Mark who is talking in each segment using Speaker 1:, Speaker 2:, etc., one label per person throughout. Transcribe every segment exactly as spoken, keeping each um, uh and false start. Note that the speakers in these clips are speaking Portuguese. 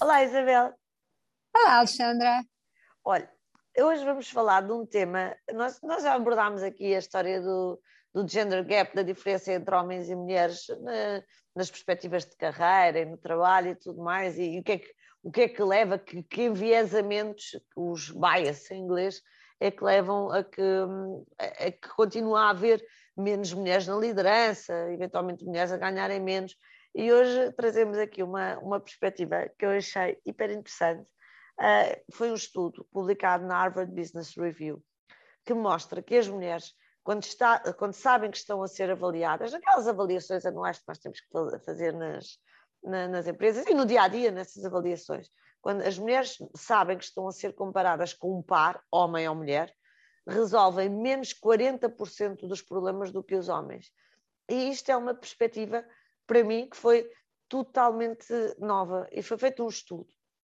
Speaker 1: Olá, Isabel.
Speaker 2: Olá, Alexandra.
Speaker 1: Olha, hoje vamos falar de um tema. Nós, nós já abordámos aqui a história do, do gender gap, da diferença entre homens e mulheres na- nas perspectivas de carreira e no trabalho e tudo mais, e, e o que é que, o que é que leva, que, que enviesamentos, os bias em inglês, é que levam a que, hum, a, a que continue a haver menos mulheres na liderança, eventualmente mulheres a ganharem menos. E hoje trazemos aqui uma, uma perspectiva que eu achei hiper interessante. Uh, foi um estudo publicado na Harvard Business Review que mostra que as mulheres, quando, está, quando sabem que estão a ser avaliadas, aquelas avaliações anuais que nós temos que fazer nas, na, nas empresas e no dia a dia, nessas avaliações, quando as mulheres sabem que estão a ser comparadas com um par, homem ou mulher, resolvem menos quarenta por cento dos problemas do que os homens. E isto é uma perspectiva, para mim, que foi totalmente nova. E foi feito um estudo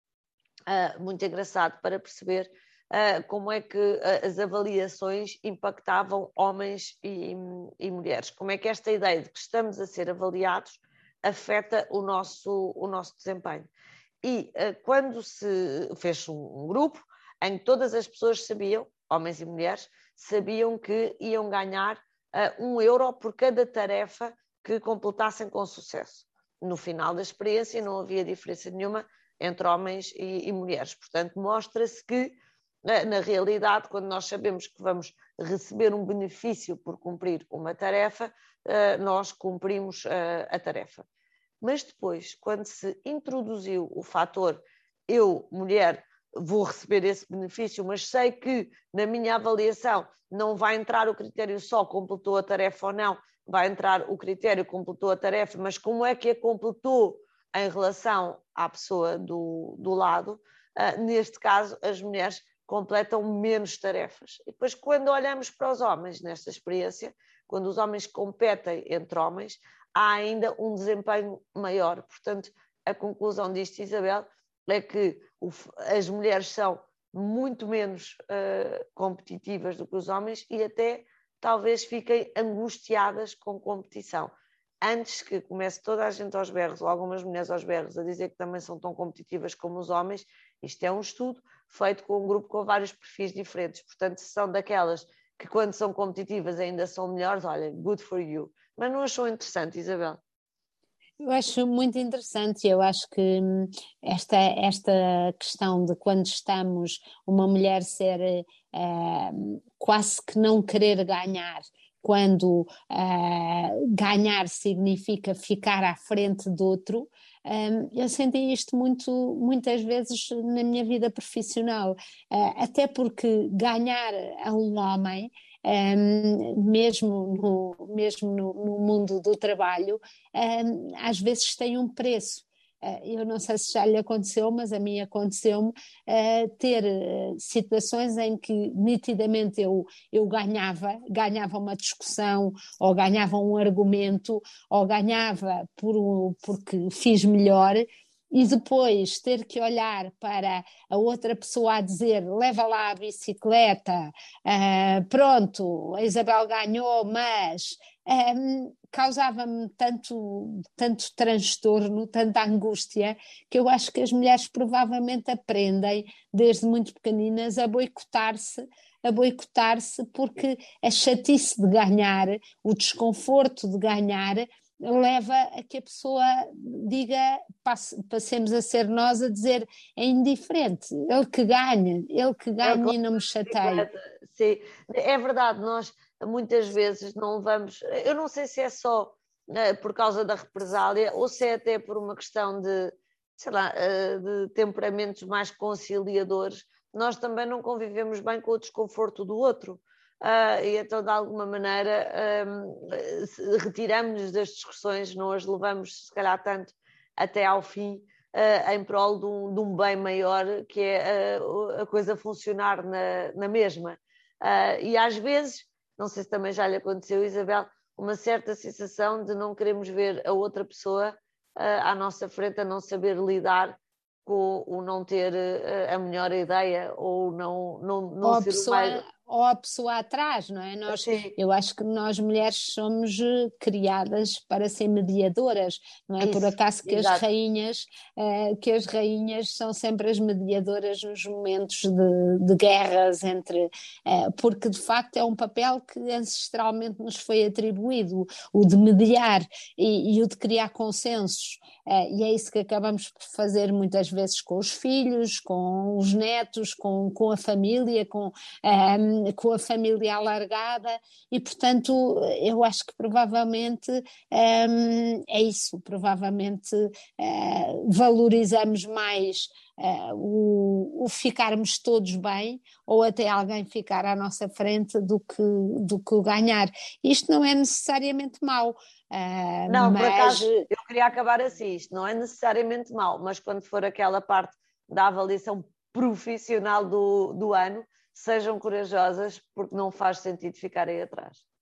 Speaker 1: uh, muito engraçado para perceber uh, como é que uh, as avaliações impactavam homens e, e mulheres. Como é que esta ideia de que estamos a ser avaliados afeta o nosso, o nosso desempenho. E uh, quando se fez um, um grupo em que todas as pessoas sabiam, homens e mulheres, sabiam que iam ganhar uh, um euro por cada tarefa que completassem com sucesso. No final da experiência não havia diferença nenhuma entre homens e, e mulheres. Portanto, mostra-se que, na, na realidade, quando nós sabemos que vamos receber um benefício por cumprir uma tarefa, uh, nós cumprimos uh, a tarefa. Mas depois, quando se introduziu o fator eu, mulher, vou receber esse benefício, mas sei que na minha avaliação não vai entrar o critério só completou a tarefa ou não, vai entrar o critério completou a tarefa, mas como é que a completou em relação à pessoa do, do lado, uh, neste caso as mulheres completam menos tarefas. E depois quando olhamos para os homens nesta experiência, quando os homens competem entre homens, há ainda um desempenho maior. Portanto, a conclusão disto, Isabel, é que o, as mulheres são muito menos uh, competitivas do que os homens e até talvez fiquem angustiadas com competição. Antes que comece toda a gente aos berros, ou algumas mulheres aos berros, a dizer que também são tão competitivas como os homens, isto é um estudo feito com um grupo com vários perfis diferentes. Portanto, se são daquelas que quando são competitivas ainda são melhores, olha, good for you. Mas não achou interessante, Isabel?
Speaker 2: Eu acho muito interessante. Eu acho que hum, esta, esta questão de quando estamos, uma mulher ser eh, quase que não querer ganhar, quando eh, ganhar significa ficar à frente do outro, hum, eu senti isto muito, muitas vezes na minha vida profissional. Eh, até porque ganhar a um homem, um, mesmo, no, mesmo no, no mundo do trabalho, um, às vezes tem um preço. Uh, eu não sei se já lhe aconteceu, mas a mim aconteceu-me uh, ter uh, situações em que nitidamente eu, eu ganhava, ganhava uma discussão, ou ganhava um argumento, ou ganhava por, porque fiz melhor, e depois ter que olhar para a outra pessoa a dizer leva lá a bicicleta, uh, pronto, a Isabel ganhou, mas um, causava-me tanto, tanto transtorno, tanta angústia, que eu acho que as mulheres provavelmente aprendem desde muito pequeninas a boicotar-se, a boicotar-se porque a chatice de ganhar, o desconforto de ganhar, leva a que a pessoa diga, passe, passemos a ser nós a dizer é indiferente, ele que ganha, ele que
Speaker 1: É,
Speaker 2: ganha
Speaker 1: claro,
Speaker 2: e não me chateie.
Speaker 1: sim, é verdade, nós muitas vezes não vamos, eu não sei se é só uh, por causa da represália ou se é até por uma questão de, sei lá, uh, de temperamentos mais conciliadores, nós também não convivemos bem com o desconforto do outro. Uh, e então, de alguma maneira, um, retiramos-nos das discussões, não as levamos, se calhar, tanto até ao fim, uh, em prol de um, de um bem maior, que é uh, a coisa funcionar na, na mesma. Uh, e às vezes, não sei se também já lhe aconteceu, Isabel, uma certa sensação de não queremos ver a outra pessoa uh, à nossa frente, a não saber lidar com o não ter uh, a melhor ideia ou não, não,
Speaker 2: Ou
Speaker 1: não
Speaker 2: a
Speaker 1: ser o mais.
Speaker 2: pessoa ou a pessoa atrás, não é? Nós, eu acho que nós mulheres somos criadas para ser mediadoras, não é? Isso, por acaso que as rainhas, uh, que as rainhas são sempre as mediadoras nos momentos de, de guerras entre, uh, porque de facto é um papel que ancestralmente nos foi atribuído, o de mediar e, e o de criar consensos, uh, e é isso que acabamos por fazer muitas vezes com os filhos, com os netos, com, com a família, com um, com a família alargada, e portanto eu acho que provavelmente um, é isso, provavelmente uh, valorizamos mais uh, o, o ficarmos todos bem, ou até alguém ficar à nossa frente, do que, do que o ganhar. Isto não é necessariamente mau. Uh,
Speaker 1: não,
Speaker 2: mas...
Speaker 1: por acaso eu queria acabar assim, isto não é necessariamente mau, mas quando for aquela parte da avaliação profissional do, do ano, sejam corajosas, porque não faz sentido ficarem atrás.